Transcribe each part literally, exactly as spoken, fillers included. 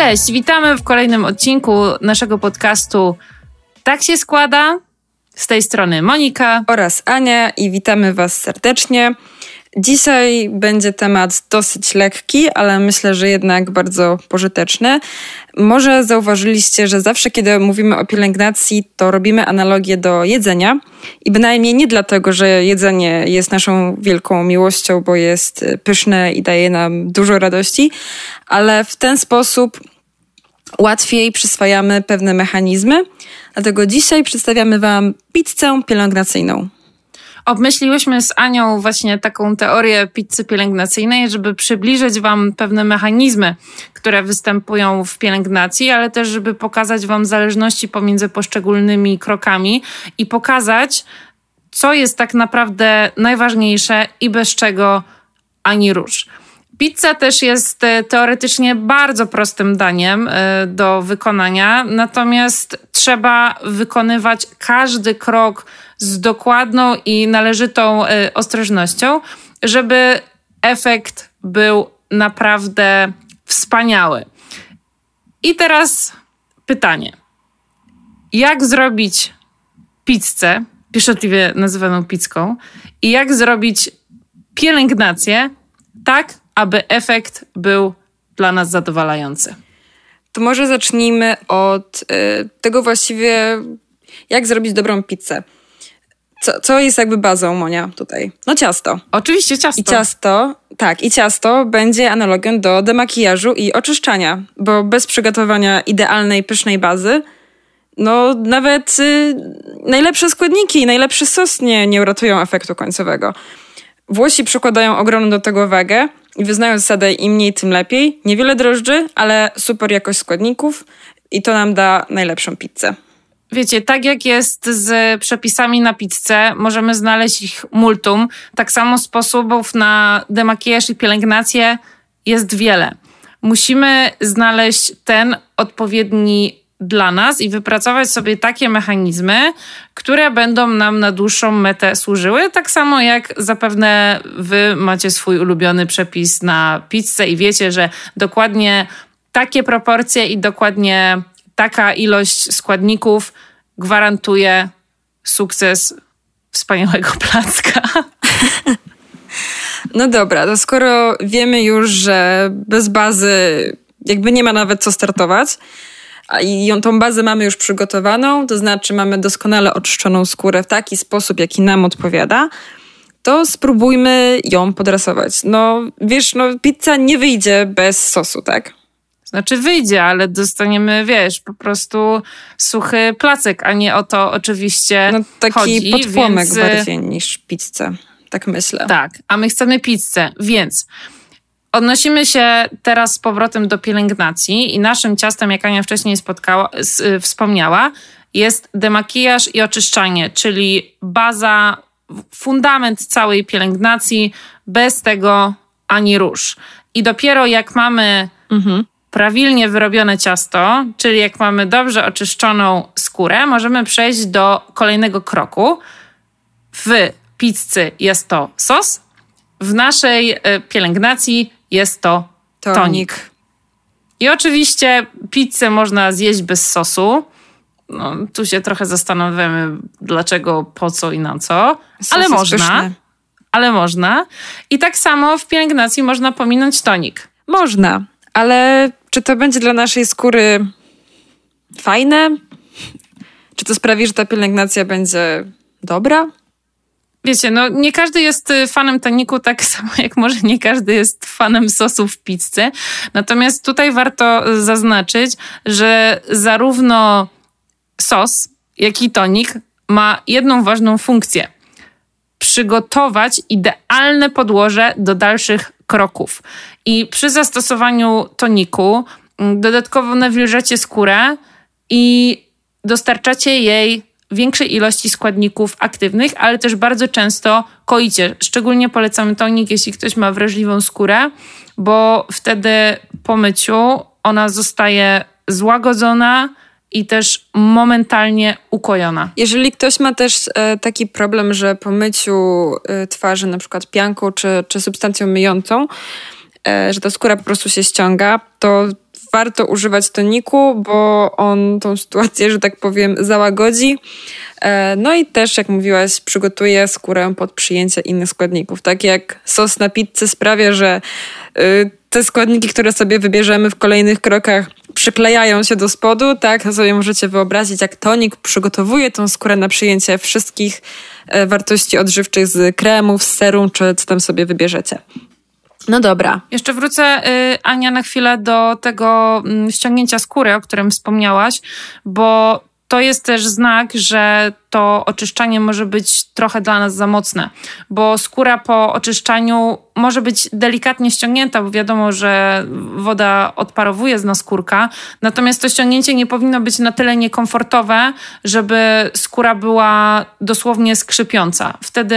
Cześć, witamy w kolejnym odcinku naszego podcastu Tak się składa. Z tej strony Monika oraz Ania i witamy Was serdecznie. Dzisiaj będzie temat dosyć lekki, ale myślę, że jednak bardzo pożyteczny. Może zauważyliście, że zawsze, kiedy mówimy o pielęgnacji, to robimy analogię do jedzenia. I bynajmniej nie dlatego, że jedzenie jest naszą wielką miłością, bo jest pyszne i daje nam dużo radości, ale w ten sposób łatwiej przyswajamy pewne mechanizmy. Dlatego dzisiaj przedstawiamy Wam pizzę pielęgnacyjną. Obmyśliłyśmy z Anią właśnie taką teorię pizzy pielęgnacyjnej, żeby przybliżyć Wam pewne mechanizmy, które występują w pielęgnacji, ale też żeby pokazać Wam zależności pomiędzy poszczególnymi krokami i pokazać, co jest tak naprawdę najważniejsze i bez czego ani rusz. Pizza też jest teoretycznie bardzo prostym daniem do wykonania, natomiast trzeba wykonywać każdy krok z dokładną i należytą ostrożnością, żeby efekt był naprawdę wspaniały. I teraz pytanie. Jak zrobić pizzę, pieszczotliwie nazywaną pizzką, i jak zrobić pielęgnację tak, aby efekt był dla nas zadowalający? To może zacznijmy od y, tego właściwie, jak zrobić dobrą pizzę. Co, co jest jakby bazą, Monia, tutaj? No ciasto. Oczywiście ciasto. I ciasto, tak, i ciasto będzie analogią do demakijażu i oczyszczania, bo bez przygotowania idealnej, pysznej bazy, no nawet y, najlepsze składniki, najlepszy sos nie, nie uratują efektu końcowego. Włosi przykładają ogromną do tego wagę i wyznają zasadę im mniej, tym lepiej. Niewiele drożdży, ale super jakość składników i to nam da najlepszą pizzę. Wiecie, tak jak jest z przepisami na pizzę, możemy znaleźć ich multum. Tak samo sposobów na demakijaż i pielęgnację jest wiele. Musimy znaleźć ten odpowiedni dla nas i wypracować sobie takie mechanizmy, które będą nam na dłuższą metę służyły. Tak samo jak zapewne wy macie swój ulubiony przepis na pizzę i wiecie, że dokładnie takie proporcje i dokładnie taka ilość składników gwarantuje sukces wspaniałego placka. No dobra, to skoro wiemy już, że bez bazy jakby nie ma nawet co startować, a i ją, tą bazę mamy już przygotowaną, to znaczy mamy doskonale oczyszczoną skórę w taki sposób, jaki nam odpowiada, to spróbujmy ją podrasować. No wiesz, no pizza nie wyjdzie bez sosu, tak? Znaczy wyjdzie, ale dostaniemy, wiesz, po prostu suchy placek, a nie o to oczywiście no, taki chodzi. podpłomek więc... bardziej niż pizzę, tak myślę. Tak, a my chcemy pizzę, więc odnosimy się teraz z powrotem do pielęgnacji i naszym ciastem, jak Ania wcześniej spotkała, s, wspomniała, jest demakijaż i oczyszczanie, czyli baza, fundament całej pielęgnacji, bez tego ani rusz. I dopiero jak mamy mhm. prawilnie wyrobione ciasto, czyli jak mamy dobrze oczyszczoną skórę, możemy przejść do kolejnego kroku. W pizzy jest to sos, w naszej y, pielęgnacji jest to tonik. tonik. I oczywiście pizzę można zjeść bez sosu. No, tu się trochę zastanawiamy, dlaczego, po co i na co. Sos ale jest można. pyszny. Ale można. I tak samo w pielęgnacji można pominąć tonik. Można, ale czy to będzie dla naszej skóry fajne? Czy to sprawi, że ta pielęgnacja będzie dobra? Wiecie, no nie każdy jest fanem toniku, tak samo jak może nie każdy jest fanem sosu w pizzy. Natomiast tutaj warto zaznaczyć, że zarówno sos, jak i tonik ma jedną ważną funkcję. Przygotować idealne podłoże do dalszych kroków. I przy zastosowaniu toniku dodatkowo nawilżacie skórę i dostarczacie jej większej ilości składników aktywnych, ale też bardzo często koicie. Szczególnie polecamy tonik, jeśli ktoś ma wrażliwą skórę, bo wtedy po myciu ona zostaje złagodzona i też momentalnie ukojona. Jeżeli ktoś ma też e, taki problem, że po myciu e, twarzy na przykład pianką czy, czy substancją myjącą, e, że ta skóra po prostu się ściąga, to warto używać toniku, bo on tą sytuację, że tak powiem, załagodzi. No i też, jak mówiłaś, przygotuje skórę pod przyjęcie innych składników. Tak jak sos na pizzę sprawia, że te składniki, które sobie wybierzemy w kolejnych krokach, przyklejają się do spodu, tak? To sobie możecie wyobrazić, jak tonik przygotowuje tą skórę na przyjęcie wszystkich wartości odżywczych z kremów, z serum, czy co tam sobie wybierzecie. No dobra. Jeszcze wrócę, y, Ania, na chwilę do tego y, ściągnięcia skóry, o którym wspomniałaś, bo to jest też znak, że to oczyszczanie może być trochę dla nas za mocne, bo skóra po oczyszczaniu może być delikatnie ściągnięta, bo wiadomo, że woda odparowuje z naskórka, natomiast to ściągnięcie nie powinno być na tyle niekomfortowe, żeby skóra była dosłownie skrzypiąca. Wtedy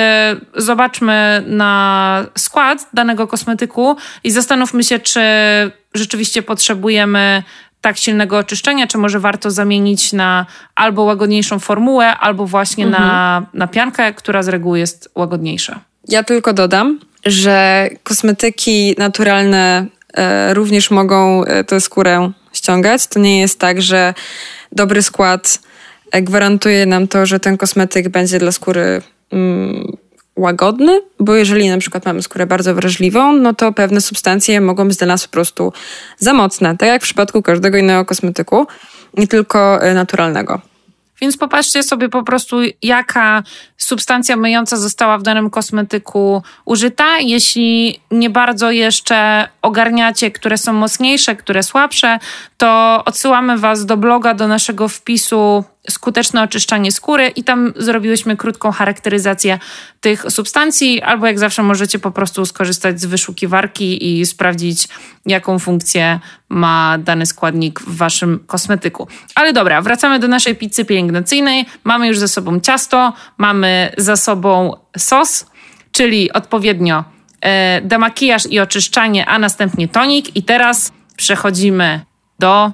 zobaczmy na skład danego kosmetyku i zastanówmy się, czy rzeczywiście potrzebujemy tak silnego oczyszczenia, czy może warto zamienić na albo łagodniejszą formułę, albo właśnie mhm. na, na piankę, która z reguły jest łagodniejsza. Ja tylko dodam, że kosmetyki naturalne e, również mogą e, tę skórę ściągać. To nie jest tak, że dobry skład e, gwarantuje nam to, że ten kosmetyk będzie dla skóry mm, łagodny, bo jeżeli na przykład mamy skórę bardzo wrażliwą, no to pewne substancje mogą być dla nas po prostu za mocne, tak jak w przypadku każdego innego kosmetyku, nie tylko naturalnego. Więc popatrzcie sobie po prostu, jaka substancja myjąca została w danym kosmetyku użyta. Jeśli nie bardzo jeszcze ogarniacie, które są mocniejsze, które słabsze, to odsyłamy Was do bloga, do naszego wpisu Skuteczne oczyszczanie skóry i tam zrobiłyśmy krótką charakteryzację tych substancji, albo jak zawsze możecie po prostu skorzystać z wyszukiwarki i sprawdzić, jaką funkcję ma dany składnik w Waszym kosmetyku. Ale dobra, wracamy do naszej pizzy pielęgnacyjnej. Mamy już ze sobą ciasto, mamy za sobą sos, czyli odpowiednio e, demakijaż i oczyszczanie, a następnie tonik. I teraz przechodzimy do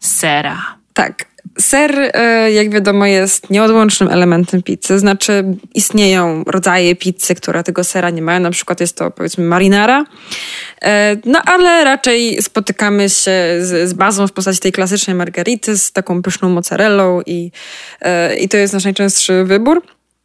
sera. Tak. Ser, jak wiadomo, jest nieodłącznym elementem pizzy. Znaczy istnieją rodzaje pizzy, które tego sera nie mają. Na przykład jest to, powiedzmy, marinara. No ale raczej spotykamy się z, z bazą w postaci tej klasycznej margarity, z taką pyszną mozzarellą i, i to jest nasz najczęstszy wybór.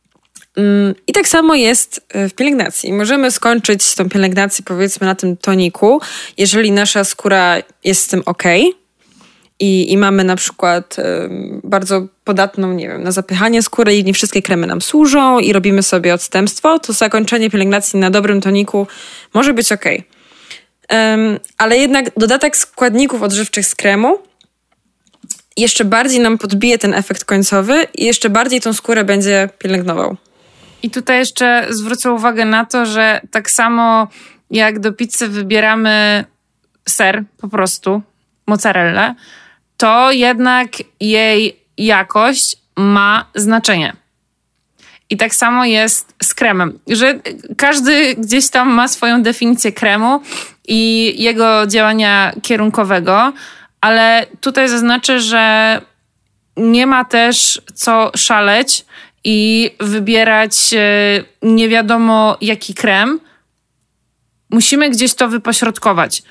I tak samo jest w pielęgnacji. Możemy skończyć tą pielęgnację, powiedzmy, na tym toniku, jeżeli nasza skóra jest z tym okej. I, I mamy na przykład y, bardzo podatną, nie wiem, na zapychanie skóry i nie wszystkie kremy nam służą i robimy sobie odstępstwo, to zakończenie pielęgnacji na dobrym toniku może być okej. Um, ale jednak dodatek składników odżywczych z kremu jeszcze bardziej nam podbije ten efekt końcowy i jeszcze bardziej tą skórę będzie pielęgnował. I tutaj jeszcze zwrócę uwagę na to, że tak samo jak do pizzy wybieramy ser po prostu, mozzarellę, to jednak jej jakość ma znaczenie. I tak samo jest z kremem, że każdy gdzieś tam ma swoją definicję kremu i jego działania kierunkowego, ale tutaj zaznaczę, że nie ma też co szaleć i wybierać nie wiadomo jaki krem. Musimy gdzieś to wypośrodkować.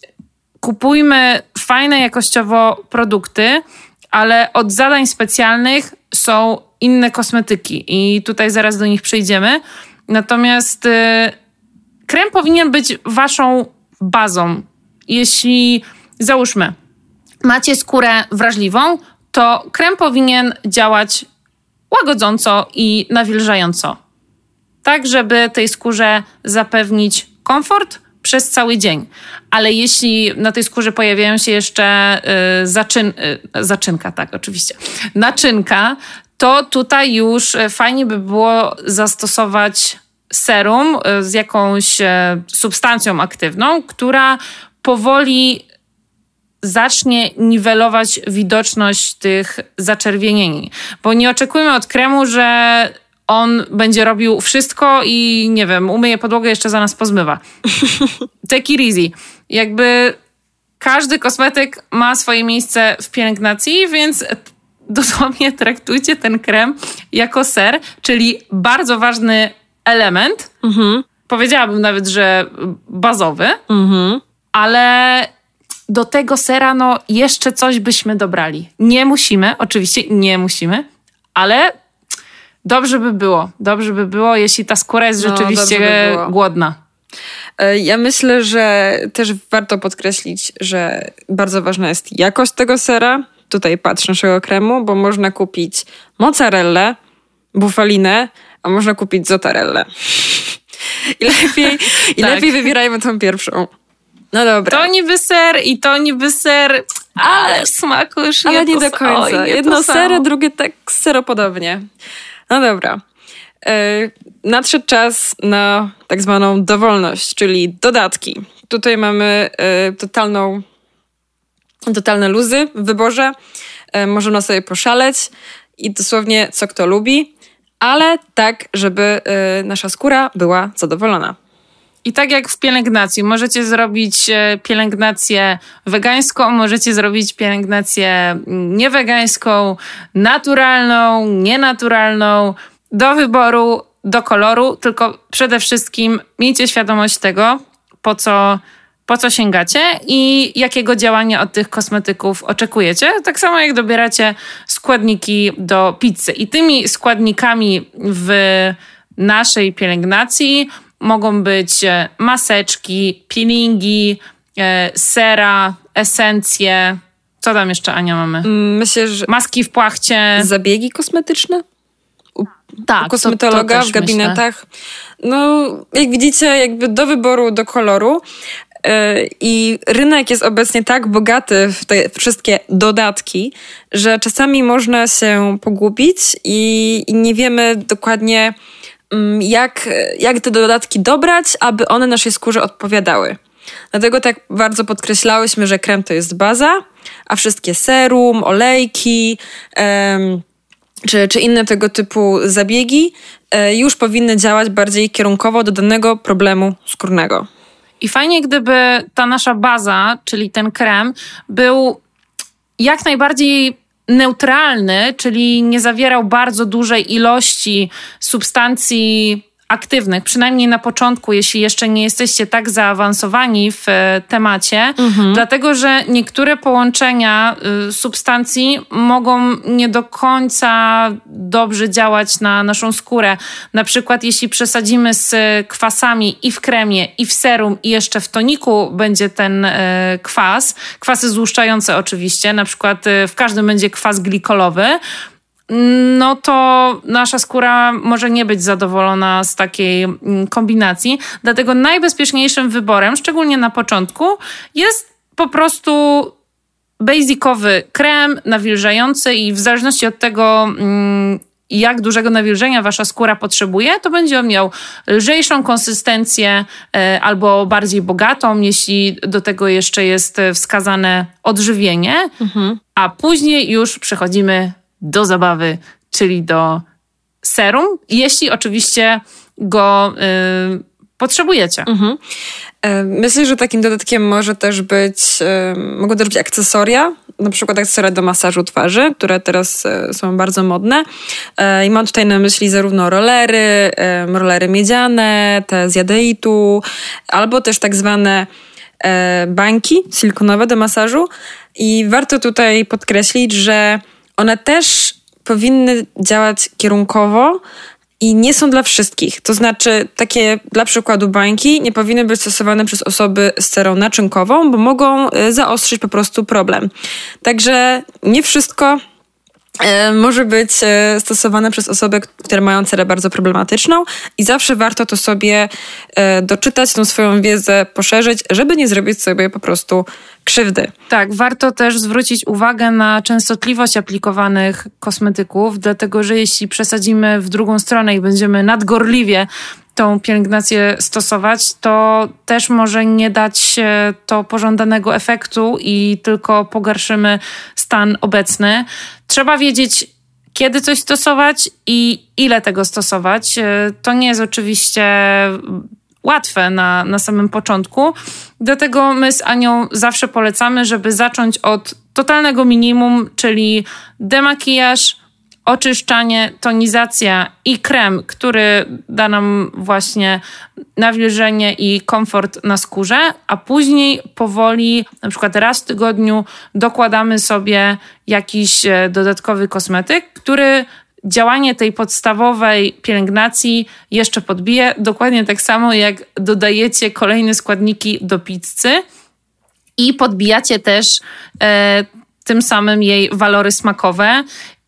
Kupujmy fajne jakościowo produkty, ale od zadań specjalnych są inne kosmetyki i tutaj zaraz do nich przejdziemy. Natomiast y, krem powinien być waszą bazą. Jeśli, załóżmy, macie skórę wrażliwą, to krem powinien działać łagodząco i nawilżająco. Tak, żeby tej skórze zapewnić komfort przez cały dzień. Ale jeśli na tej skórze pojawiają się jeszcze y, zaczyn, y, zaczynka, tak, oczywiście, naczynka, to tutaj już fajnie by było zastosować serum y, z jakąś y, substancją aktywną, która powoli zacznie niwelować widoczność tych zaczerwienień. Bo nie oczekujmy od kremu, że on będzie robił wszystko i nie wiem, umyje podłogę, jeszcze za nas pozmywa. Take it easy. Jakby każdy kosmetyk ma swoje miejsce w pielęgnacji, więc dosłownie traktujcie ten krem jako ser, czyli bardzo ważny element. Mhm. Powiedziałabym nawet, że bazowy, mhm. ale do tego sera no jeszcze coś byśmy dobrali. Nie musimy, oczywiście nie musimy, ale dobrze by było. Dobrze by było, jeśli ta skóra jest No, rzeczywiście dobrze by było. głodna. Ja myślę, że też warto podkreślić, że bardzo ważna jest jakość tego sera. Tutaj patrz naszego kremu, bo można kupić mozzarellę, bufalinę, a można kupić zottarellę. I lepiej, i Tak. lepiej wybierajmy tą pierwszą. No dobra. To niby ser i to niby ser, ale w smaku już nie Ale nie to do końca. Oj, nie Jedno to samo. sero, drugie tak seropodobnie. No dobra. Yy, nadszedł czas na tak zwaną dowolność, czyli dodatki. Tutaj mamy yy, totalną, totalne luzy w wyborze. Yy, możemy sobie poszaleć i dosłownie co kto lubi, ale tak, żeby yy, nasza skóra była zadowolona. I tak jak w pielęgnacji, możecie zrobić e, pielęgnację wegańską, możecie zrobić pielęgnację niewegańską, naturalną, nienaturalną, do wyboru, do koloru, tylko przede wszystkim miejcie świadomość tego, po co, po co sięgacie i jakiego działania od tych kosmetyków oczekujecie. Tak samo jak dobieracie składniki do pizzy. I tymi składnikami w naszej pielęgnacji mogą być maseczki, peelingi, sera, esencje. Co tam jeszcze, Ania, mamy? Myślę, że Maski w płachcie. zabiegi kosmetyczne? U, Tak, u kosmetologa to, to w gabinetach. Myślę. No, jak widzicie, jakby do wyboru, do koloru. Yy, I rynek jest obecnie tak bogaty w te wszystkie dodatki, że czasami można się pogubić i, i nie wiemy dokładnie, Jak, jak te dodatki dobrać, aby one naszej skórze odpowiadały. Dlatego tak bardzo podkreślałyśmy, że krem to jest baza, a wszystkie serum, olejki em, czy, czy inne tego typu zabiegi e, już powinny działać bardziej kierunkowo do danego problemu skórnego. I fajnie, gdyby ta nasza baza, czyli ten krem, był jak najbardziej neutralny, czyli nie zawierał bardzo dużej ilości substancji aktywnych, przynajmniej na początku, jeśli jeszcze nie jesteście tak zaawansowani w temacie, mhm. dlatego że niektóre połączenia y, substancji mogą nie do końca dobrze działać na naszą skórę. Na przykład jeśli przesadzimy z kwasami i w kremie, i w serum, i jeszcze w toniku będzie ten y, kwas, kwasy złuszczające oczywiście, na przykład y, w każdym będzie kwas glikolowy, no to nasza skóra może nie być zadowolona z takiej kombinacji. Dlatego najbezpieczniejszym wyborem, szczególnie na początku, jest po prostu basicowy krem nawilżający i w zależności od tego, jak dużego nawilżenia wasza skóra potrzebuje, to będzie on miał lżejszą konsystencję albo bardziej bogatą, jeśli do tego jeszcze jest wskazane odżywienie, mhm. a później już przechodzimy do zabawy, czyli do serum, jeśli oczywiście go y, potrzebujecie. Mhm. Myślę, że takim dodatkiem może też być, mogą też być akcesoria, na przykład akcesoria do masażu twarzy, które teraz są bardzo modne. I mam tutaj na myśli zarówno rollery, rollery miedziane, te z jadeitu, albo też tak zwane bańki silikonowe do masażu. I warto tutaj podkreślić, że one też powinny działać kierunkowo i nie są dla wszystkich. To znaczy, takie dla przykładu bańki nie powinny być stosowane przez osoby z cerą naczynkową, bo mogą zaostrzyć po prostu problem. Także nie wszystko e, może być e, stosowane przez osoby, które mają cerę bardzo problematyczną i zawsze warto to sobie e, doczytać, tą swoją wiedzę poszerzyć, żeby nie zrobić sobie po prostu krzywdy. Tak, warto też zwrócić uwagę na częstotliwość aplikowanych kosmetyków, dlatego że jeśli przesadzimy w drugą stronę i będziemy nadgorliwie tą pielęgnację stosować, to też może nie dać to pożądanego efektu i tylko pogarszymy stan obecny. Trzeba wiedzieć, kiedy coś stosować i ile tego stosować. To nie jest oczywiście łatwe na, na samym początku. Dlatego my z Anią zawsze polecamy, żeby zacząć od totalnego minimum, czyli demakijaż, oczyszczanie, tonizacja i krem, który da nam właśnie nawilżenie i komfort na skórze, a później powoli, na przykład raz w tygodniu dokładamy sobie jakiś dodatkowy kosmetyk, który działanie tej podstawowej pielęgnacji jeszcze podbije, dokładnie tak samo jak dodajecie kolejne składniki do pizzy i podbijacie też e, tym samym jej walory smakowe.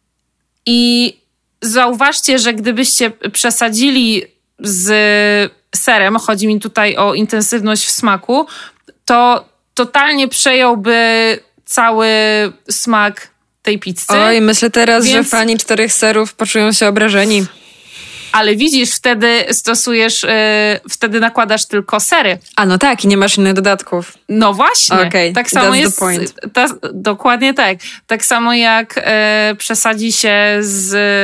I zauważcie, że gdybyście przesadzili z serem, chodzi mi tutaj o intensywność w smaku, to totalnie przejąłby cały smak tej pizzy. Oj, myślę teraz, Więc... że fani czterech serów poczują się obrażeni. Ale widzisz, wtedy stosujesz, yy, wtedy nakładasz tylko sery. A no tak, i nie masz innych dodatków. No właśnie. Okay, tak samo that's jest. The point. Ta, dokładnie tak. Tak samo jak yy, przesadzi się z,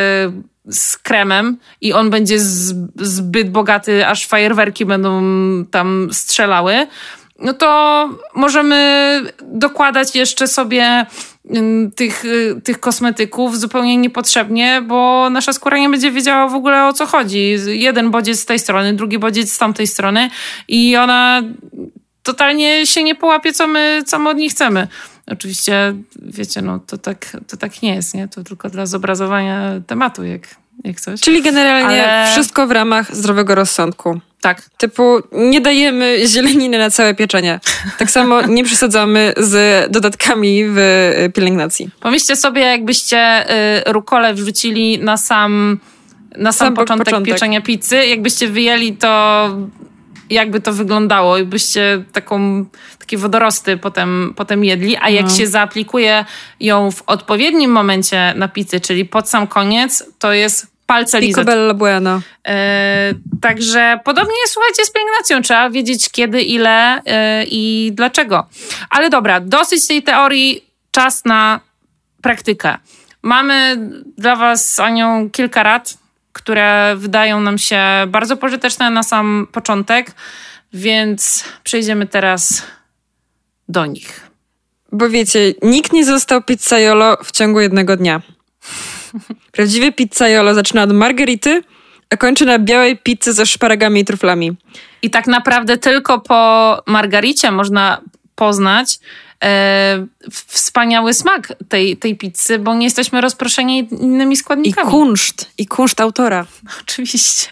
z kremem i on będzie z, zbyt bogaty, aż fajerwerki będą tam strzelały, no to możemy dokładać jeszcze sobie tych, tych kosmetyków zupełnie niepotrzebnie, bo nasza skóra nie będzie wiedziała w ogóle, o co chodzi. Jeden bodziec z tej strony, drugi bodziec z tamtej strony i ona totalnie się nie połapie, co my, co my od niej chcemy. Oczywiście, wiecie, no to tak, to tak nie jest, nie? To tylko dla zobrazowania tematu, jak, jak coś. Czyli generalnie Ale... wszystko w ramach zdrowego rozsądku. Tak. Typu nie dajemy zieleniny na całe pieczenie. Tak samo nie przesadzamy z dodatkami w pielęgnacji. Pomyślcie sobie, jakbyście y, rukolę wrzucili na sam, na sam, sam początek, początek pieczenia pizzy. Jakbyście wyjęli to, jakby to wyglądało. I byście taką, takie wodorosty potem, potem jedli. A jak no. się zaaplikuje ją w odpowiednim momencie na pizzę, czyli pod sam koniec, to jest palce lizać. Picobello bueno. E, także podobnie, słuchajcie, z pielęgnacją. Trzeba wiedzieć kiedy, ile e, i dlaczego. Ale dobra, dosyć tej teorii, czas na praktykę. Mamy dla was z Anią kilka rad, które wydają nam się bardzo pożyteczne na sam początek, więc przejdziemy teraz do nich. Bo wiecie, nikt nie został pizzaiolo w ciągu jednego dnia. Prawdziwe pizzaiolo zaczyna od margarity, a kończy na białej pizzy ze szparagami i truflami. I tak naprawdę tylko po margaricie można poznać e, wspaniały smak tej, tej pizzy, bo nie jesteśmy rozproszeni innymi składnikami. I kunszt, i kunszt autora. Oczywiście.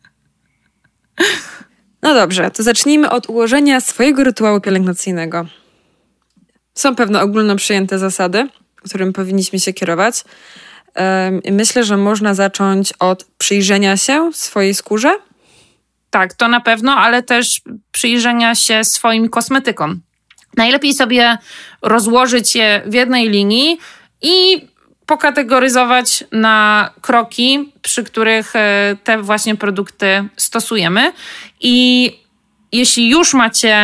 No dobrze, to zacznijmy od ułożenia swojego rytuału pielęgnacyjnego. Są pewne ogólno przyjęte zasady, którym powinniśmy się kierować. Myślę, że można zacząć od przyjrzenia się swojej skórze. Tak, to na pewno, ale też przyjrzenia się swoim kosmetykom. Najlepiej sobie rozłożyć je w jednej linii i pokategoryzować na kroki, przy których te właśnie produkty stosujemy. I jeśli już macie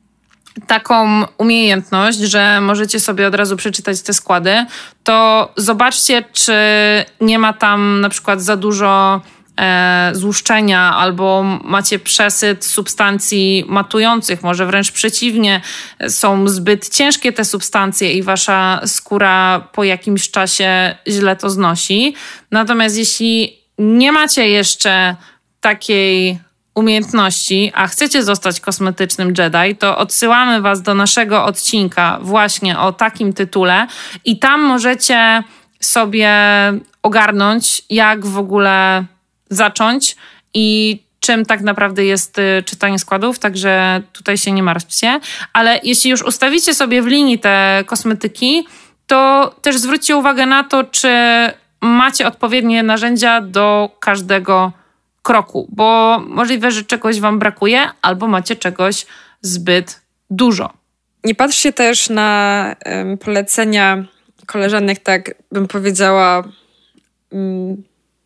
taką umiejętność, że możecie sobie od razu przeczytać te składy, to zobaczcie, czy nie ma tam na przykład za dużo e, złuszczenia albo macie przesyt substancji matujących, może wręcz przeciwnie, są zbyt ciężkie te substancje i wasza skóra po jakimś czasie źle to znosi. Natomiast jeśli nie macie jeszcze takiej umiejętności, a chcecie zostać kosmetycznym Jedi, to odsyłamy was do naszego odcinka właśnie o takim tytule i tam możecie sobie ogarnąć, jak w ogóle zacząć i czym tak naprawdę jest czytanie składów, także tutaj się nie martwcie. Ale jeśli już ustawicie sobie w linii te kosmetyki, to też zwróćcie uwagę na to, czy macie odpowiednie narzędzia do każdego kroku, bo możliwe, że czegoś wam brakuje albo macie czegoś zbyt dużo. Nie patrzcie też na um, polecenia koleżanek, tak bym powiedziała, um,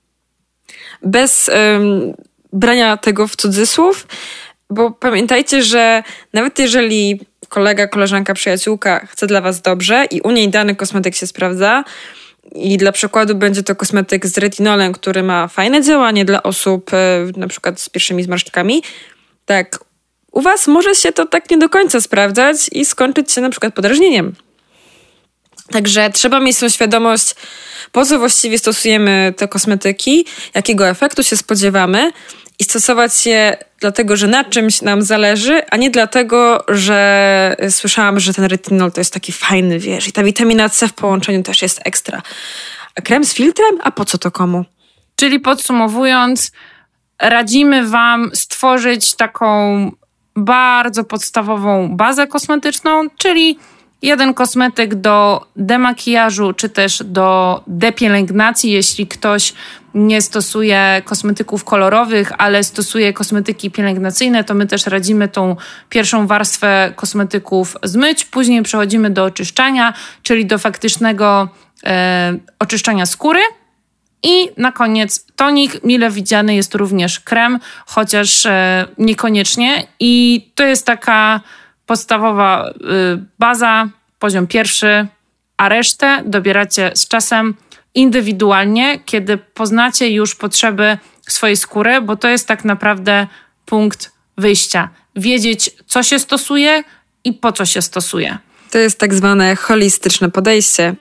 bez um, brania tego w cudzysłów, bo pamiętajcie, że nawet jeżeli kolega, koleżanka, przyjaciółka chce dla was dobrze i u niej dany kosmetyk się sprawdza, i dla przykładu będzie to kosmetyk z retinolem, który ma fajne działanie dla osób na przykład z pierwszymi zmarszczkami. Tak, u was może się to tak nie do końca sprawdzać i skończyć się na przykład podrażnieniem. Także trzeba mieć tą świadomość, po co właściwie stosujemy te kosmetyki, jakiego efektu się spodziewamy i stosować je dlatego, że na czymś nam zależy, a nie dlatego, że słyszałam, że ten retinol to jest taki fajny, wiesz, i ta witamina C w połączeniu też jest ekstra. A krem z filtrem? A po co to komu? Czyli podsumowując, radzimy wam stworzyć taką bardzo podstawową bazę kosmetyczną, czyli jeden kosmetyk do demakijażu, czy też do depielęgnacji, jeśli ktoś nie stosuje kosmetyków kolorowych, ale stosuje kosmetyki pielęgnacyjne, to my też radzimy tą pierwszą warstwę kosmetyków zmyć, później przechodzimy do oczyszczania, czyli do faktycznego e, oczyszczania skóry. I na koniec tonik, mile widziany jest również krem, chociaż e, niekoniecznie. I to jest taka podstawowa y, baza, poziom pierwszy, a resztę dobieracie z czasem indywidualnie, kiedy poznacie już potrzeby swojej skóry, bo to jest tak naprawdę punkt wyjścia. Wiedzieć, co się stosuje i po co się stosuje. To jest tak zwane holistyczne podejście.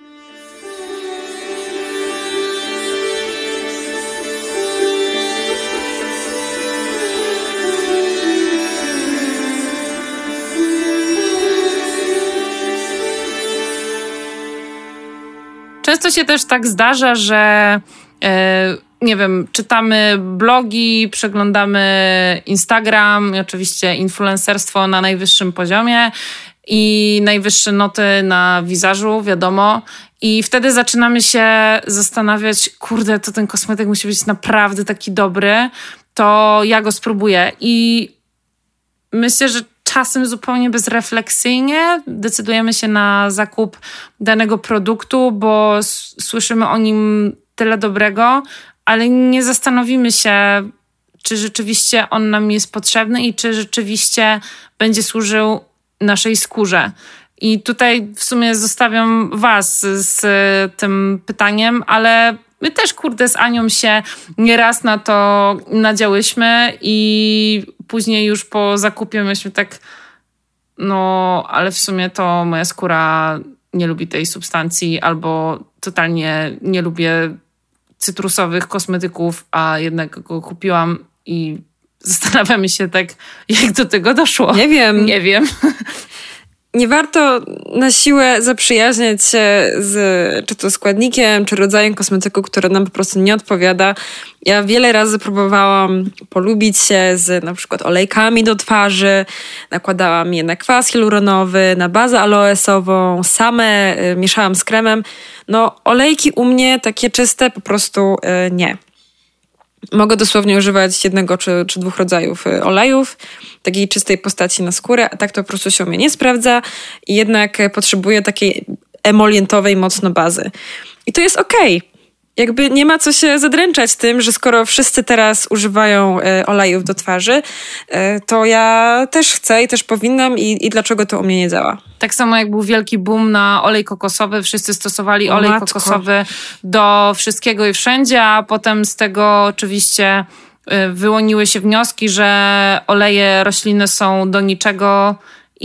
Często się też tak zdarza, że e, nie wiem, czytamy blogi, przeglądamy Instagram i oczywiście influencerstwo na najwyższym poziomie i najwyższe noty na wizażu, wiadomo. I wtedy zaczynamy się zastanawiać, kurde, to ten kosmetyk musi być naprawdę taki dobry, to ja go spróbuję. I myślę, że czasem zupełnie bezrefleksyjnie decydujemy się na zakup danego produktu, bo s- słyszymy o nim tyle dobrego, ale nie zastanowimy się, czy rzeczywiście on nam jest potrzebny i czy rzeczywiście będzie służył naszej skórze. I tutaj w sumie zostawiam was z tym pytaniem, ale my też, kurde, z Anią się nieraz na to nadziałyśmy i później już po zakupie myśmy tak, no, ale w sumie to moja skóra nie lubi tej substancji albo totalnie nie lubię cytrusowych kosmetyków, a jednak go kupiłam i zastanawiamy się tak, jak do tego doszło. Nie wiem. Nie wiem. Nie warto na siłę zaprzyjaźniać się z czy to składnikiem, czy rodzajem kosmetyku, który nam po prostu nie odpowiada. Ja wiele razy próbowałam polubić się z na przykład olejkami do twarzy, nakładałam je na kwas hialuronowy, na bazę aloesową, same y, mieszałam z kremem. No olejki u mnie takie czyste po prostu y, nie. Mogę dosłownie używać jednego czy, czy dwóch rodzajów olejów, takiej czystej postaci na skórę, a tak to po prostu się u mnie nie sprawdza i jednak potrzebuję takiej emolientowej mocno bazy. I to jest okej. Okay. Jakby nie ma co się zadręczać tym, że skoro wszyscy teraz używają e, olejów do twarzy, e, to ja też chcę i też powinnam i, i dlaczego to u mnie nie działa. Tak samo jak był wielki boom na olej kokosowy, wszyscy stosowali O, olej matko. kokosowy do wszystkiego i wszędzie, a potem z tego oczywiście wyłoniły się wnioski, że oleje roślinne są do niczego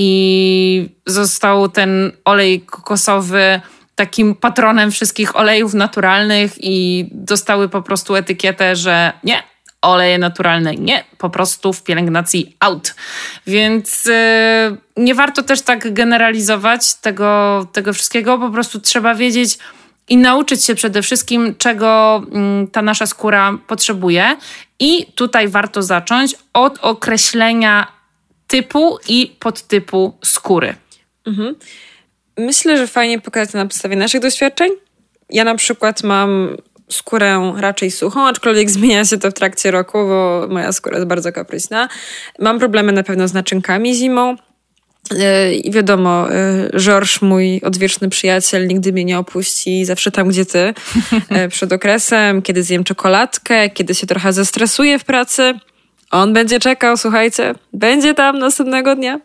i został ten olej kokosowy takim patronem wszystkich olejów naturalnych i dostały po prostu etykietę, że nie, oleje naturalne nie, po prostu w pielęgnacji out. Więc yy, nie warto też tak generalizować tego, tego wszystkiego, po prostu trzeba wiedzieć i nauczyć się przede wszystkim, czego yy, ta nasza skóra potrzebuje. I tutaj warto zacząć od określenia typu i podtypu skóry. Mhm. Myślę, że fajnie pokazać to na podstawie naszych doświadczeń. Ja na przykład mam skórę raczej suchą, aczkolwiek zmienia się to w trakcie roku, bo moja skóra jest bardzo kapryśna. Mam problemy na pewno z naczynkami zimą. I wiadomo, Georges, mój odwieczny przyjaciel, nigdy mnie nie opuści, zawsze tam, gdzie ty. Przed okresem, kiedy zjem czekoladkę, kiedy się trochę zestresuję w pracy, on będzie czekał, słuchajcie, będzie tam następnego dnia.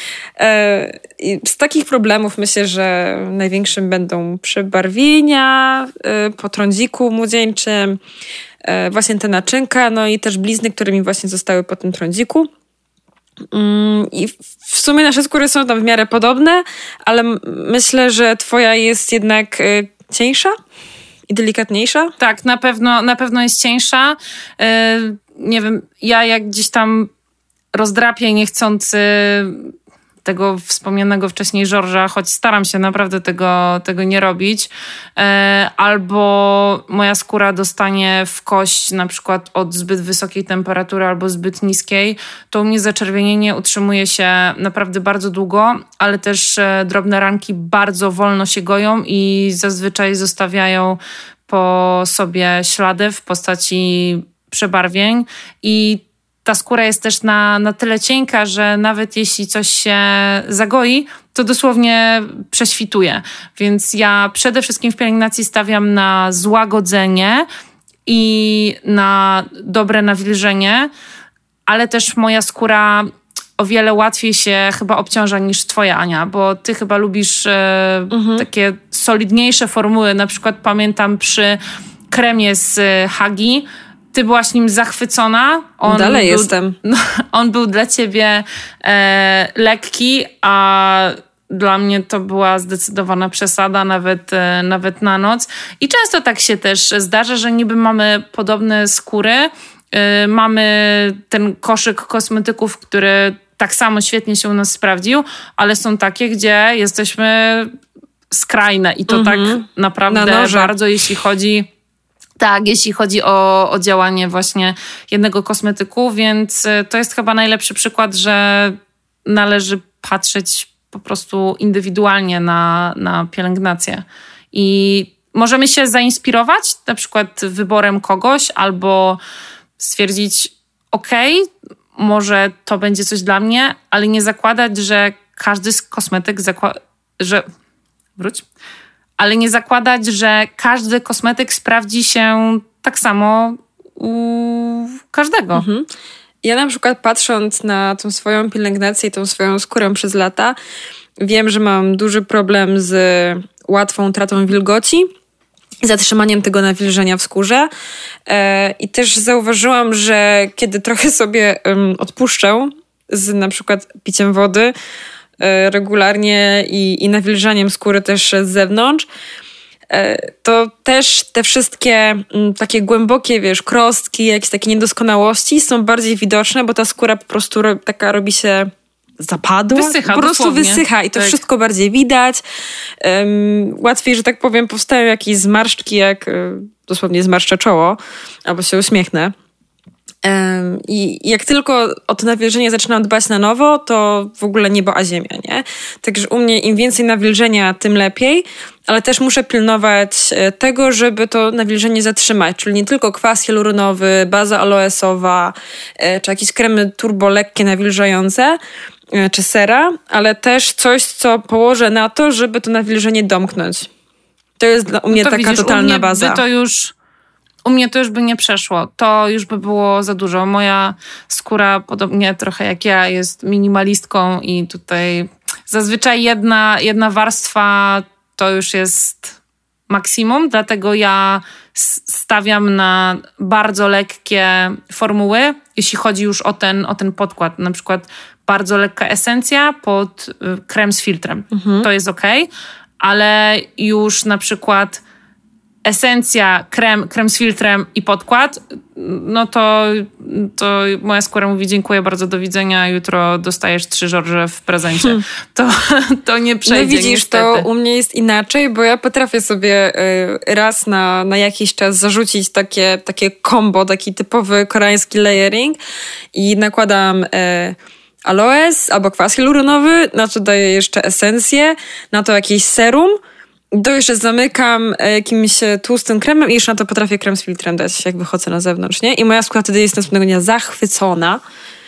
I z takich problemów myślę, że największym będą przebarwienia po trądziku młodzieńczym, właśnie te naczynka, no i też blizny, które mi właśnie zostały po tym trądziku. I w sumie nasze skóry są tam w miarę podobne, ale myślę, że twoja jest jednak cieńsza i delikatniejsza. Tak, na pewno, na pewno jest cieńsza. Nie wiem, ja jak gdzieś tam rozdrapię niechcący tego wspomnianego wcześniej Georgesa, choć staram się naprawdę tego, tego nie robić, albo moja skóra dostanie w kość na przykład od zbyt wysokiej temperatury albo zbyt niskiej, to u mnie zaczerwienienie utrzymuje się naprawdę bardzo długo, ale też drobne ranki bardzo wolno się goją i zazwyczaj zostawiają po sobie ślady w postaci przebarwień i ta skóra jest też na, na tyle cienka, że nawet jeśli coś się zagoi, to dosłownie prześwituje. Więc ja przede wszystkim w pielęgnacji stawiam na złagodzenie i na dobre nawilżenie, ale też moja skóra o wiele łatwiej się chyba obciąża niż twoja, Ania, bo ty chyba lubisz e, mhm. takie solidniejsze formuły. Na przykład pamiętam przy kremie z Hagi, ty byłaś nim zachwycona. On Dalej był, jestem. No, on był dla ciebie e, lekki, a dla mnie to była zdecydowana przesada, nawet, e, nawet na noc. I często tak się też zdarza, że niby mamy podobne skóry, e, mamy ten koszyk kosmetyków, który tak samo świetnie się u nas sprawdził, ale są takie, gdzie jesteśmy skrajne i to mm-hmm. tak naprawdę na bardzo, jeśli chodzi... Tak, jeśli chodzi o, o działanie właśnie jednego kosmetyku, więc to jest chyba najlepszy przykład, że należy patrzeć po prostu indywidualnie na, na pielęgnację. I możemy się zainspirować na przykład wyborem kogoś albo stwierdzić, okej, okay, może to będzie coś dla mnie, ale nie zakładać, że każdy kosmetyk zakłada, że... Wróć. Ale nie zakładać, że każdy kosmetyk sprawdzi się tak samo u każdego. Mhm. Ja na przykład patrząc na tą swoją pielęgnację i tą swoją skórę przez lata, wiem, że mam duży problem z łatwą utratą wilgoci i zatrzymaniem tego nawilżenia w skórze. I też zauważyłam, że kiedy trochę sobie odpuszczę z na przykład piciem wody, regularnie i, i nawilżaniem skóry też z zewnątrz, to też te wszystkie takie głębokie, wiesz, krostki, jakieś takie niedoskonałości są bardziej widoczne, bo ta skóra po prostu taka robi się zapadła. Wysycha, po prostu dosłownie. wysycha i to tak. wszystko bardziej widać. Um, łatwiej, że tak powiem, powstają jakieś zmarszczki, jak dosłownie zmarszczę czoło, albo się uśmiechnę. Um, I jak tylko o to nawilżenie zaczynam dbać na nowo, to w ogóle niebo a ziemia, nie? Także u mnie im więcej nawilżenia, tym lepiej, ale też muszę pilnować tego, żeby to nawilżenie zatrzymać, czyli nie tylko kwas hialuronowy, baza aloesowa, czy jakieś kremy turbo lekkie, nawilżające, czy sera, ale też coś, co położę na to, żeby to nawilżenie domknąć. To jest dla, u mnie no taka widzisz, totalna u mnie baza. By to już... U mnie to już by nie przeszło. To już by było za dużo. Moja skóra, podobnie trochę jak ja, jest minimalistką i tutaj zazwyczaj jedna, jedna warstwa to już jest maksimum, dlatego ja stawiam na bardzo lekkie formuły, jeśli chodzi już o ten, o ten podkład. Na przykład bardzo lekka esencja pod krem z filtrem. Mhm. To jest okej, ale już na przykład esencja, krem, krem z filtrem i podkład, no to, to moja skóra mówi dziękuję bardzo, do widzenia, jutro dostajesz trzy Georges w prezencie. Hmm. To, to nie przejdzie. No widzisz, niestety. To u mnie jest inaczej, bo ja potrafię sobie raz na, na jakiś czas zarzucić takie, takie combo, taki typowy koreański layering i nakładam e, aloes albo kwas hialuronowy, na to daję jeszcze esencję, na to jakieś serum, to jeszcze zamykam jakimś tłustym kremem i jeszcze na to potrafię krem z filtrem dać, jak wychodzę na zewnątrz, nie? I moja skóra wtedy jest następnego dnia zachwycona.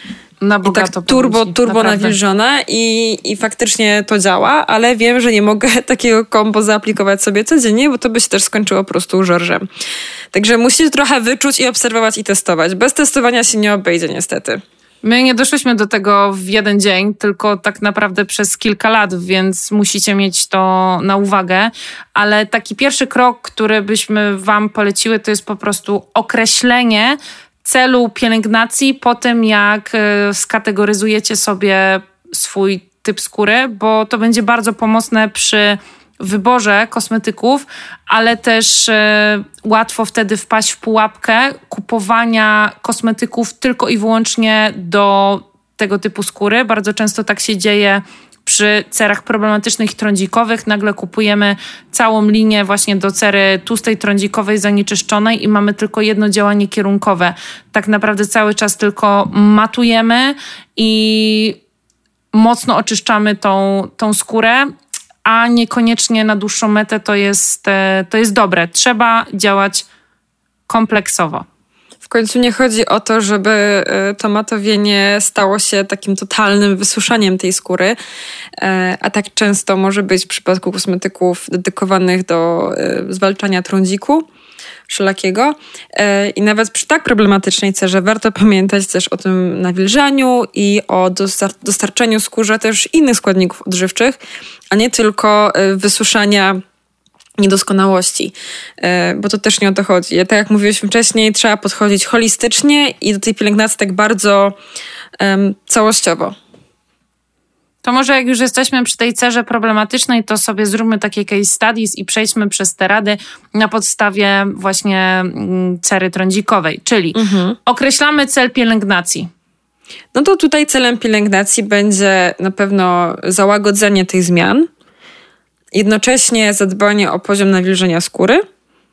Na bogato. I tak turbo, turbo nawilżona i, i faktycznie to działa, ale wiem, że nie mogę takiego kombo zaaplikować sobie codziennie, bo to by się też skończyło po prostu Georgesem. Także musicie trochę wyczuć i obserwować i testować. Bez testowania się nie obejdzie niestety. My nie doszłyśmy do tego w jeden dzień, tylko tak naprawdę przez kilka lat, więc musicie mieć to na uwagę. Ale taki pierwszy krok, który byśmy wam poleciły, to jest po prostu określenie celu pielęgnacji po tym, jak skategoryzujecie sobie swój typ skóry, bo to będzie bardzo pomocne przy wyborze kosmetyków, ale też e, łatwo wtedy wpaść w pułapkę kupowania kosmetyków tylko i wyłącznie do tego typu skóry. Bardzo często tak się dzieje przy cerach problematycznych i trądzikowych. Nagle kupujemy całą linię właśnie do cery tłustej, trądzikowej, zanieczyszczonej i mamy tylko jedno działanie kierunkowe. Tak naprawdę cały czas tylko matujemy i mocno oczyszczamy tą, tą skórę, a niekoniecznie na dłuższą metę to jest, to jest dobre. Trzeba działać kompleksowo. W końcu nie chodzi o to, żeby to matowienie stało się takim totalnym wysuszaniem tej skóry, a tak często może być w przypadku kosmetyków dedykowanych do zwalczania trądziku wszelakiego. I nawet przy tak problematycznej cerze warto pamiętać też o tym nawilżaniu i o dostar- dostarczeniu skórze też innych składników odżywczych, a nie tylko wysuszania niedoskonałości, bo to też nie o to chodzi. Tak jak mówiliśmy wcześniej, trzeba podchodzić holistycznie i do tej pielęgnacji tak bardzo um, całościowo. To może jak już jesteśmy przy tej cerze problematycznej, to sobie zróbmy takie case studies i przejdźmy przez te rady na podstawie właśnie cery trądzikowej, czyli mhm. określamy cel pielęgnacji. No to tutaj celem pielęgnacji będzie na pewno załagodzenie tych zmian, jednocześnie zadbanie o poziom nawilżenia skóry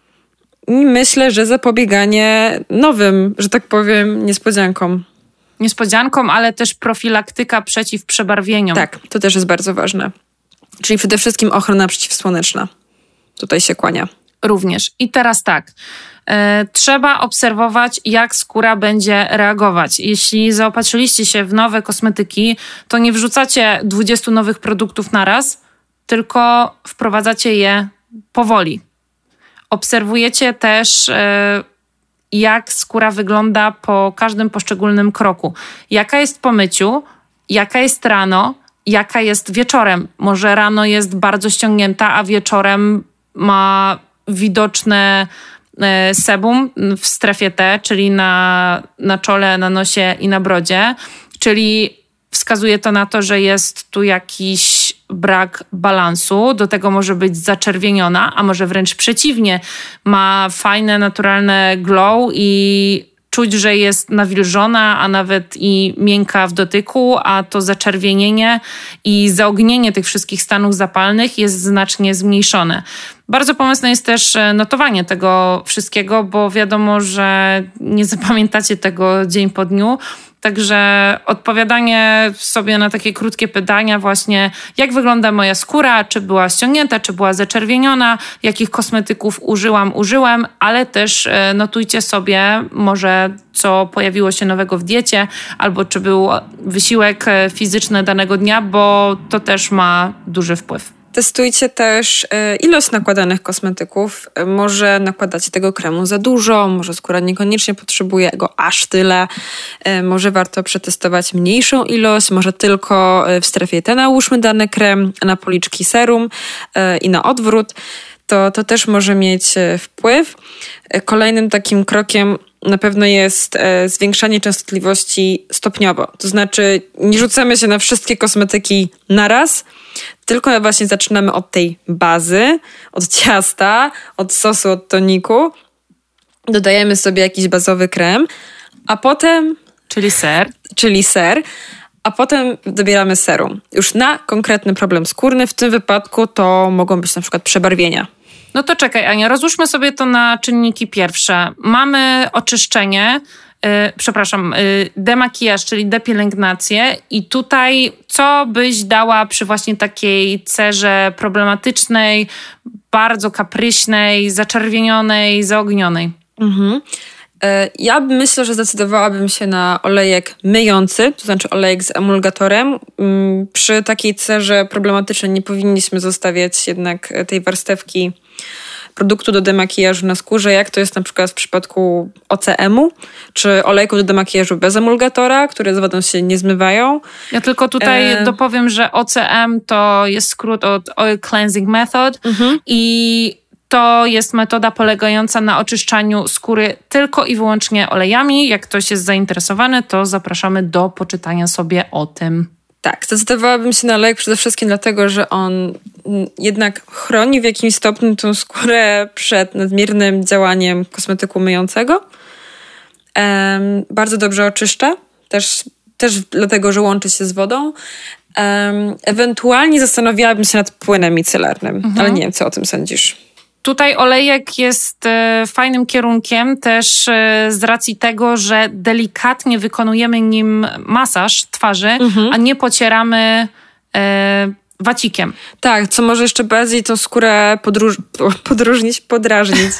i myślę, że zapobieganie nowym, że tak powiem, niespodziankom. Niespodziankom, ale też profilaktyka przeciw przebarwieniom. Tak, to też jest bardzo ważne. Czyli przede wszystkim ochrona przeciwsłoneczna. Tutaj się kłania. Również. I teraz tak. E, trzeba obserwować, jak skóra będzie reagować. Jeśli zaopatrzyliście się w nowe kosmetyki, to nie wrzucacie dwudziestu nowych produktów naraz, tylko wprowadzacie je powoli. Obserwujecie też, e, jak skóra wygląda po każdym poszczególnym kroku. Jaka jest po myciu, jaka jest rano, jaka jest wieczorem. Może rano jest bardzo ściągnięta, a wieczorem ma widoczne e, sebum w strefie T, czyli na, na czole, na nosie i na brodzie. Czyli wskazuje to na to, że jest tu jakiś brak balansu. Do tego może być zaczerwieniona, a może wręcz przeciwnie. Ma fajne, naturalne glow i czuć, że jest nawilżona, a nawet i miękka w dotyku, a to zaczerwienienie i zaognienie tych wszystkich stanów zapalnych jest znacznie zmniejszone. Bardzo pomocne jest też notowanie tego wszystkiego, bo wiadomo, że nie zapamiętacie tego dzień po dniu. Także odpowiadanie sobie na takie krótkie pytania właśnie, jak wygląda moja skóra, czy była ściągnięta, czy była zaczerwieniona, jakich kosmetyków użyłam, użyłem, ale też notujcie sobie może, co pojawiło się nowego w diecie, albo czy był wysiłek fizyczny danego dnia, bo to też ma duży wpływ. Testujcie też ilość nakładanych kosmetyków. Może nakładacie tego kremu za dużo, może skóra niekoniecznie potrzebuje go aż tyle. Może warto przetestować mniejszą ilość, może tylko w strefie T nałóżmy dany krem, a na policzki serum i na odwrót. To, to też może mieć wpływ. Kolejnym takim krokiem na pewno jest zwiększanie częstotliwości stopniowo. To znaczy nie rzucamy się na wszystkie kosmetyki naraz, tylko właśnie zaczynamy od tej bazy, od ciasta, od sosu, od toniku. Dodajemy sobie jakiś bazowy krem, a potem... Czyli ser. Czyli ser. A potem dobieramy serum. Już na konkretny problem skórny. W tym wypadku to mogą być na przykład przebarwienia. No to czekaj, Ania, rozłóżmy sobie to na czynniki pierwsze. Mamy oczyszczenie, yy, przepraszam, yy, demakijaż, czyli depielęgnację i tutaj co byś dała przy właśnie takiej cerze problematycznej, bardzo kapryśnej, zaczerwienionej, zaognionej? Mhm. Ja myślę, że zdecydowałabym się na olejek myjący, to znaczy olejek z emulgatorem. Przy takiej cerze problematycznej nie powinniśmy zostawiać jednak tej warstewki produktu do demakijażu na skórze, jak to jest na przykład w przypadku O C M-u, czy olejku do demakijażu bez emulgatora, które z wodą się nie zmywają. Ja tylko tutaj e... dopowiem, że O C M to jest skrót od Oil Cleansing Method mhm. i to jest metoda polegająca na oczyszczaniu skóry tylko i wyłącznie olejami. Jak ktoś jest zainteresowany, to zapraszamy do poczytania sobie o tym. Tak, zdecydowałabym się na lek przede wszystkim dlatego, że on jednak chroni w jakimś stopniu tą skórę przed nadmiernym działaniem kosmetyku myjącego. Um, bardzo dobrze oczyszcza, też, też dlatego, że łączy się z wodą. Um, ewentualnie zastanawiałabym się nad płynem micelarnym, mhm. ale nie wiem, co o tym sądzisz. Tutaj olejek jest e, fajnym kierunkiem też e, z racji tego, że delikatnie wykonujemy nim masaż twarzy, mhm. a nie pocieramy e, wacikiem. Tak, co może jeszcze bardziej tą skórę podróż- podróżnić, podrażnić.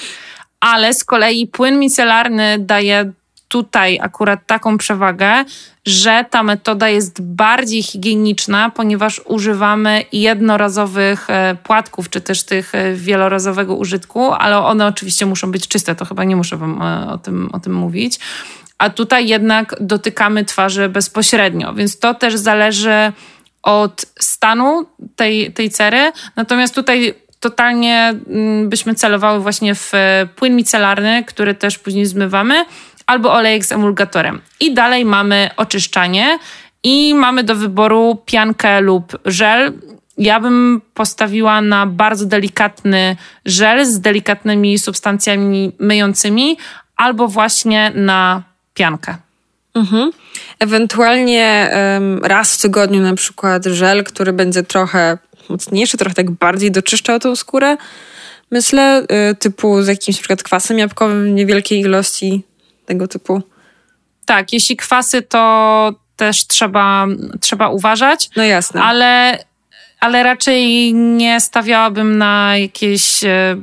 Ale z kolei płyn micelarny daje tutaj akurat taką przewagę, że ta metoda jest bardziej higieniczna, ponieważ używamy jednorazowych płatków, czy też tych wielorazowego użytku, ale one oczywiście muszą być czyste, to chyba nie muszę wam o tym, o tym mówić. A tutaj jednak dotykamy twarzy bezpośrednio, więc to też zależy od stanu tej, tej cery. Natomiast tutaj totalnie byśmy celowały właśnie w płyn micelarny, który też później zmywamy, albo olejek z emulgatorem. I dalej mamy oczyszczanie i mamy do wyboru piankę lub żel. Ja bym postawiła na bardzo delikatny żel z delikatnymi substancjami myjącymi albo właśnie na piankę. Mhm. Ewentualnie um, raz w tygodniu na przykład żel, który będzie trochę mocniejszy, trochę tak bardziej doczyszczał tą skórę. Myślę, y, typu z jakimś na przykład kwasem jabłkowym w niewielkiej ilości, tego typu. Tak, jeśli kwasy, to też trzeba, trzeba uważać. No jasne. Ale, ale raczej nie stawiałabym na jakieś e,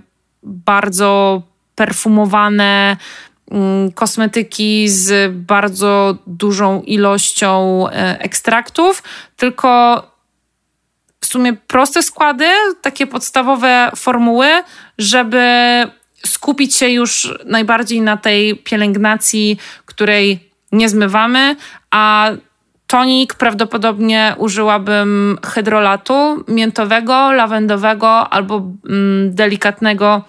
bardzo perfumowane mm, kosmetyki z bardzo dużą ilością e, ekstraktów, tylko w sumie proste składy, takie podstawowe formuły, żeby skupić się już najbardziej na tej pielęgnacji, której nie zmywamy, a tonik prawdopodobnie użyłabym hydrolatu miętowego, lawendowego albo mm, delikatnego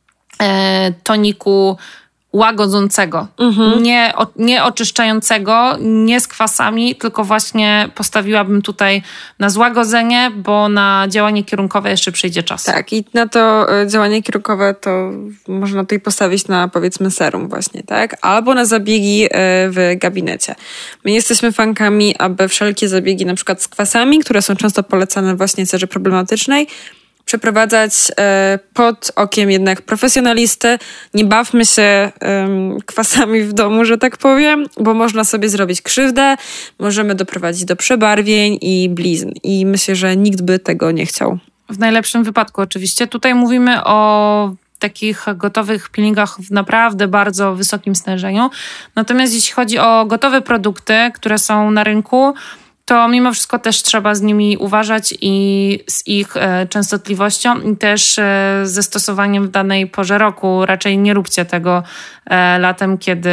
e, toniku łagodzącego, mhm. nie, o, nie oczyszczającego, nie z kwasami, tylko właśnie postawiłabym tutaj na złagodzenie, bo na działanie kierunkowe jeszcze przyjdzie czas. Tak, i na to działanie kierunkowe to można tutaj postawić na, powiedzmy, serum właśnie, tak? Albo na zabiegi w gabinecie. My jesteśmy fankami, aby wszelkie zabiegi na przykład z kwasami, które są często polecane właśnie w cerze problematycznej, przeprowadzać e, pod okiem jednak profesjonalisty. Nie bawmy się e, kwasami w domu, że tak powiem, bo można sobie zrobić krzywdę, możemy doprowadzić do przebarwień i blizn. I myślę, że nikt by tego nie chciał. W najlepszym wypadku oczywiście. Tutaj mówimy o takich gotowych peelingach w naprawdę bardzo wysokim stężeniu. Natomiast jeśli chodzi o gotowe produkty, które są na rynku, to mimo wszystko też trzeba z nimi uważać i z ich e, częstotliwością i też e, ze stosowaniem w danej porze roku. Raczej nie róbcie tego e, latem, kiedy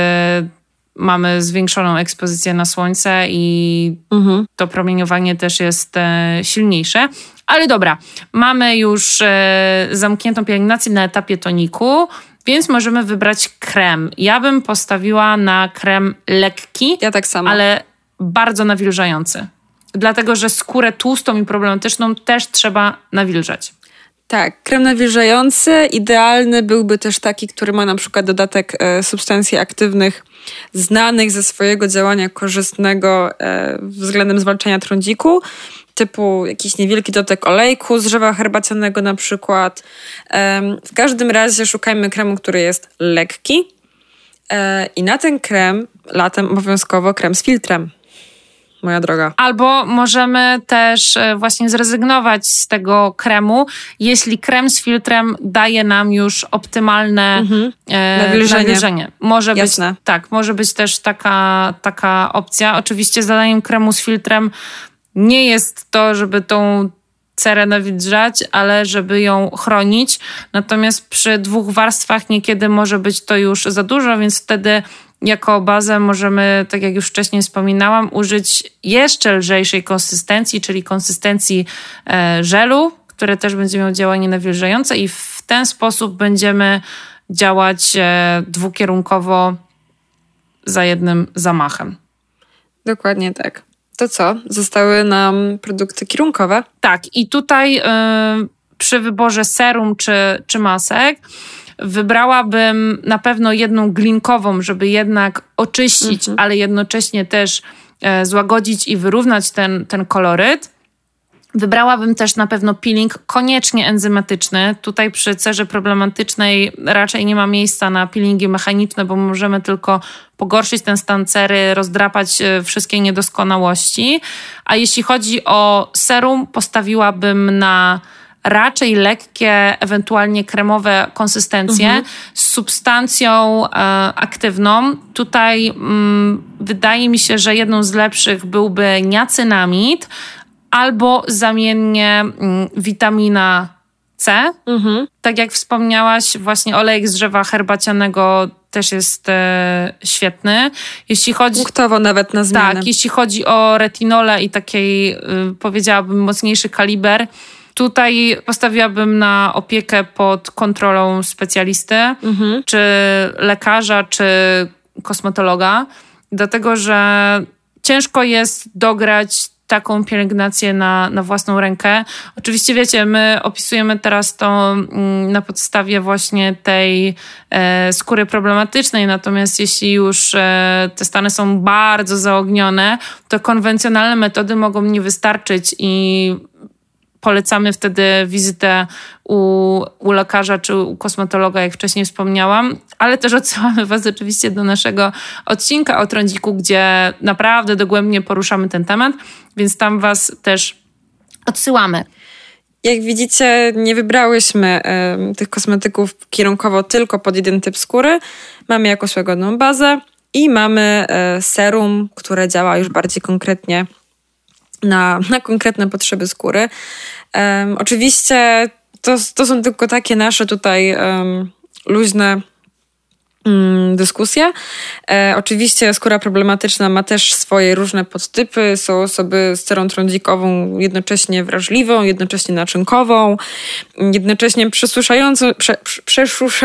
mamy zwiększoną ekspozycję na słońce i mhm. to promieniowanie też jest e, silniejsze. Ale dobra, mamy już e, zamkniętą pielęgnację na etapie toniku, więc możemy wybrać krem. Ja bym postawiła na krem lekki, ja tak samo. ale bardzo nawilżający. Dlatego, że skórę tłustą i problematyczną też trzeba nawilżać. Tak, krem nawilżający, idealny byłby też taki, który ma na przykład dodatek e, substancji aktywnych znanych ze swojego działania korzystnego e, względem zwalczania trądziku, typu jakiś niewielki dodatek olejku z drzewa herbacianego na przykład. E, w każdym razie szukajmy kremu, który jest lekki e, i na ten krem latem obowiązkowo krem z filtrem. Moja droga. Albo możemy też właśnie zrezygnować z tego kremu, jeśli krem z filtrem daje nam już optymalne mhm. e, nawilżenie. nawilżenie. Może Jasne. być, tak, może być też taka, taka opcja. Oczywiście zadaniem kremu z filtrem nie jest to, żeby tą cerę nawilżać, ale żeby ją chronić. Natomiast przy dwóch warstwach niekiedy może być to już za dużo, więc wtedy jako bazę możemy, tak jak już wcześniej wspominałam, użyć jeszcze lżejszej konsystencji, czyli konsystencji e, żelu, które też będzie miało działanie nawilżające i w ten sposób będziemy działać dwukierunkowo za jednym zamachem. Dokładnie tak. To co? Zostały nam produkty kierunkowe? Tak, i tutaj y, przy wyborze serum czy, czy masek wybrałabym na pewno jedną glinkową, żeby jednak oczyścić, mhm. ale jednocześnie też y, złagodzić i wyrównać ten, ten koloryt. Wybrałabym też na pewno peeling koniecznie enzymatyczny. Tutaj przy cerze problematycznej raczej nie ma miejsca na peelingi mechaniczne, bo możemy tylko pogorszyć ten stan cery, rozdrapać wszystkie niedoskonałości. A jeśli chodzi o serum, postawiłabym na raczej lekkie, ewentualnie kremowe konsystencje mhm. z substancją e, aktywną. Tutaj mm, wydaje mi się, że jedną z lepszych byłby niacynamid, albo zamiennie mm, witamina C. Mhm. Tak jak wspomniałaś, właśnie olejek z drzewa herbacianego też jest e, świetny. Jeśli chodzi... Punktowo nawet na zmianę. Tak, jeśli chodzi o retinolę i takiej, y, powiedziałabym, mocniejszy kaliber, tutaj postawiłabym na opiekę pod kontrolą specjalisty, mhm. czy lekarza, czy kosmetologa, dlatego że ciężko jest dograć taką pielęgnację na, na własną rękę. Oczywiście wiecie, my opisujemy teraz to mm, na podstawie właśnie tej e, skóry problematycznej, natomiast jeśli już e, te stany są bardzo zaognione, to konwencjonalne metody mogą nie wystarczyć i polecamy wtedy wizytę u, u lekarza czy u kosmetologa, jak wcześniej wspomniałam, ale też odsyłamy was oczywiście do naszego odcinka o trądziku, gdzie naprawdę dogłębnie poruszamy ten temat, więc tam was też odsyłamy. Jak widzicie, nie wybrałyśmy y, tych kosmetyków kierunkowo tylko pod jeden typ skóry. Mamy jakąś łagodną bazę i mamy y, serum, które działa już bardziej konkretnie na, na konkretne potrzeby skóry. Um, oczywiście to, to są tylko takie nasze tutaj um, luźne um, dyskusje. E, oczywiście skóra problematyczna ma też swoje różne podtypy. Są osoby z cerą trądzikową jednocześnie wrażliwą, jednocześnie naczynkową, jednocześnie przesuszającą, prze, prze, przesusza,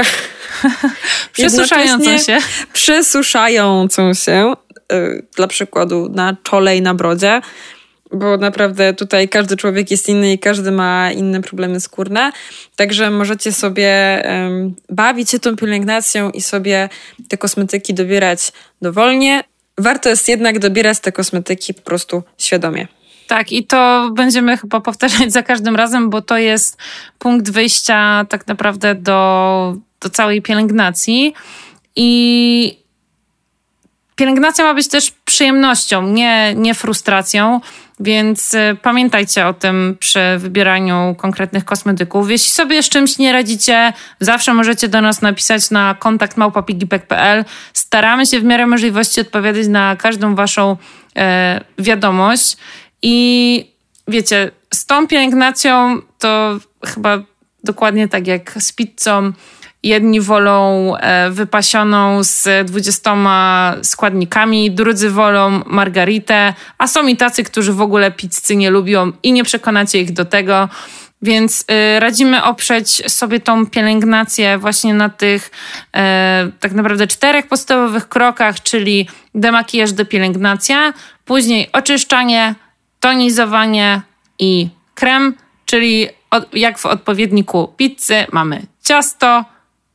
przesuszającą się. Przesuszającą się, y, dla przykładu na czole i na brodzie. Bo naprawdę tutaj każdy człowiek jest inny i każdy ma inne problemy skórne. Także możecie sobie um, bawić się tą pielęgnacją i sobie te kosmetyki dobierać dowolnie. Warto jest jednak dobierać te kosmetyki po prostu świadomie. Tak, i to będziemy chyba powtarzać za każdym razem, bo to jest punkt wyjścia tak naprawdę do, do całej pielęgnacji. I pielęgnacja ma być też przyjemnością, nie, nie frustracją, więc pamiętajcie o tym przy wybieraniu konkretnych kosmetyków. Jeśli sobie z czymś nie radzicie, zawsze możecie do nas napisać na kontakt małpa piggypack kropka p l. Staramy się w miarę możliwości odpowiadać na każdą waszą e, wiadomość. I wiecie, z tą pielęgnacją to chyba dokładnie tak jak z pizzą. Jedni wolą wypasioną z dwudziestoma składnikami, drudzy wolą margaritę, a są i tacy, którzy w ogóle pizzy nie lubią i nie przekonacie ich do tego. Więc radzimy oprzeć sobie tą pielęgnację właśnie na tych tak naprawdę czterech podstawowych krokach, czyli demakijaż, depielęgnacja, później oczyszczanie, tonizowanie i krem, czyli jak w odpowiedniku pizzy mamy ciasto,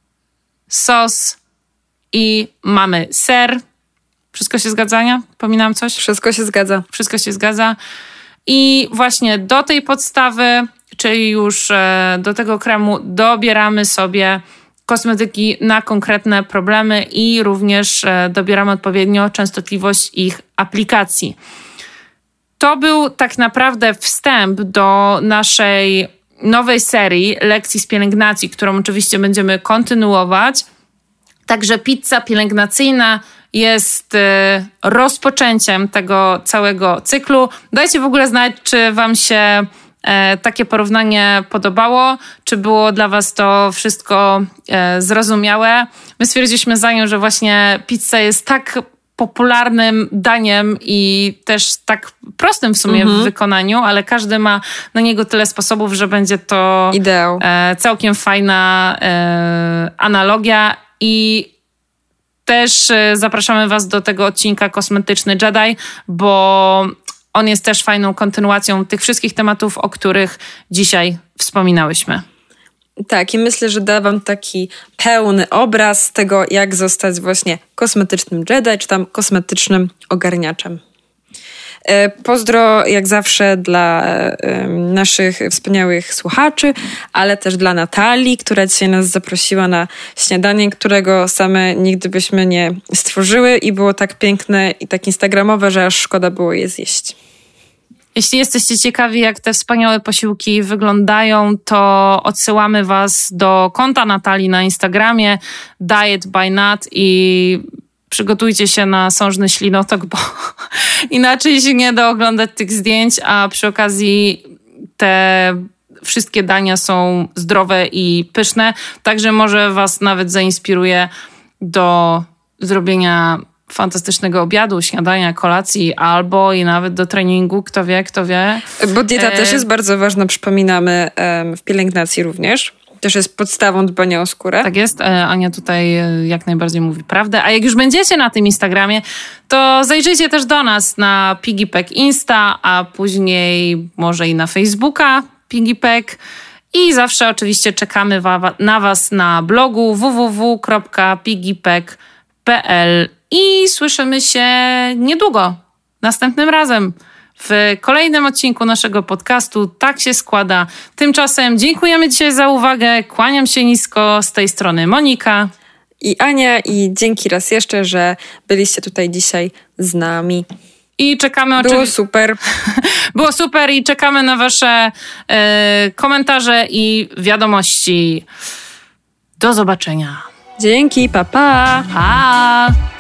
sos i mamy ser. Wszystko się zgadza, Ania? Pominam coś? Wszystko się zgadza. Wszystko się zgadza. I właśnie do tej podstawy, czyli już do tego kremu dobieramy sobie kosmetyki na konkretne problemy i również dobieramy odpowiednio częstotliwość ich aplikacji. To był tak naprawdę wstęp do naszej nowej serii lekcji z pielęgnacji, którą oczywiście będziemy kontynuować. Także pizza pielęgnacyjna jest y, rozpoczęciem tego całego cyklu. Dajcie w ogóle znać, czy wam się y, takie porównanie podobało, czy było dla was to wszystko y, zrozumiałe. My stwierdziliśmy za nią, że właśnie pizza jest tak popularnym daniem i też tak prostym w sumie mhm. w wykonaniu, ale każdy ma na niego tyle sposobów, że będzie to ideał. E, całkiem fajna e, analogia i też e, zapraszamy was do tego odcinka Kosmetyczny Jedi, bo on jest też fajną kontynuacją tych wszystkich tematów, o których dzisiaj wspominałyśmy. Tak, i myślę, że da wam taki pełny obraz tego, jak zostać właśnie kosmetycznym Jedi, czy tam kosmetycznym ogarniaczem. Pozdro jak zawsze dla naszych wspaniałych słuchaczy, ale też dla Natalii, która dzisiaj nas zaprosiła na śniadanie, którego same nigdy byśmy nie stworzyły i było tak piękne i tak instagramowe, że aż szkoda było je zjeść. Jeśli jesteście ciekawi, jak te wspaniałe posiłki wyglądają, to odsyłamy was do konta Natalii na Instagramie Diet by Nat i przygotujcie się na sążny ślinotok, bo inaczej się nie da oglądać tych zdjęć, a przy okazji te wszystkie dania są zdrowe i pyszne, także może was nawet zainspiruje do zrobienia fantastycznego obiadu, śniadania, kolacji albo i nawet do treningu, kto wie, kto wie. Bo dieta e... też jest bardzo ważna, przypominamy, w pielęgnacji również. Też jest podstawą dbania o skórę. Tak jest, Ania tutaj jak najbardziej mówi prawdę. A jak już będziecie na tym Instagramie, to zajrzyjcie też do nas na Piggypack Insta, a później może i na Facebooka Piggypack. I zawsze oczywiście czekamy na was na blogu w w w kropka piggypack kropka p l i słyszymy się niedługo, następnym razem w kolejnym odcinku naszego podcastu. Tak się składa. Tymczasem dziękujemy dzisiaj za uwagę. Kłaniam się nisko. Z tej strony Monika i Ania i dzięki raz jeszcze, że byliście tutaj dzisiaj z nami. I czekamy oczywiście... Było super. Było super i czekamy na wasze e, komentarze i wiadomości. Do zobaczenia. Dzięki, pa pa. Pa.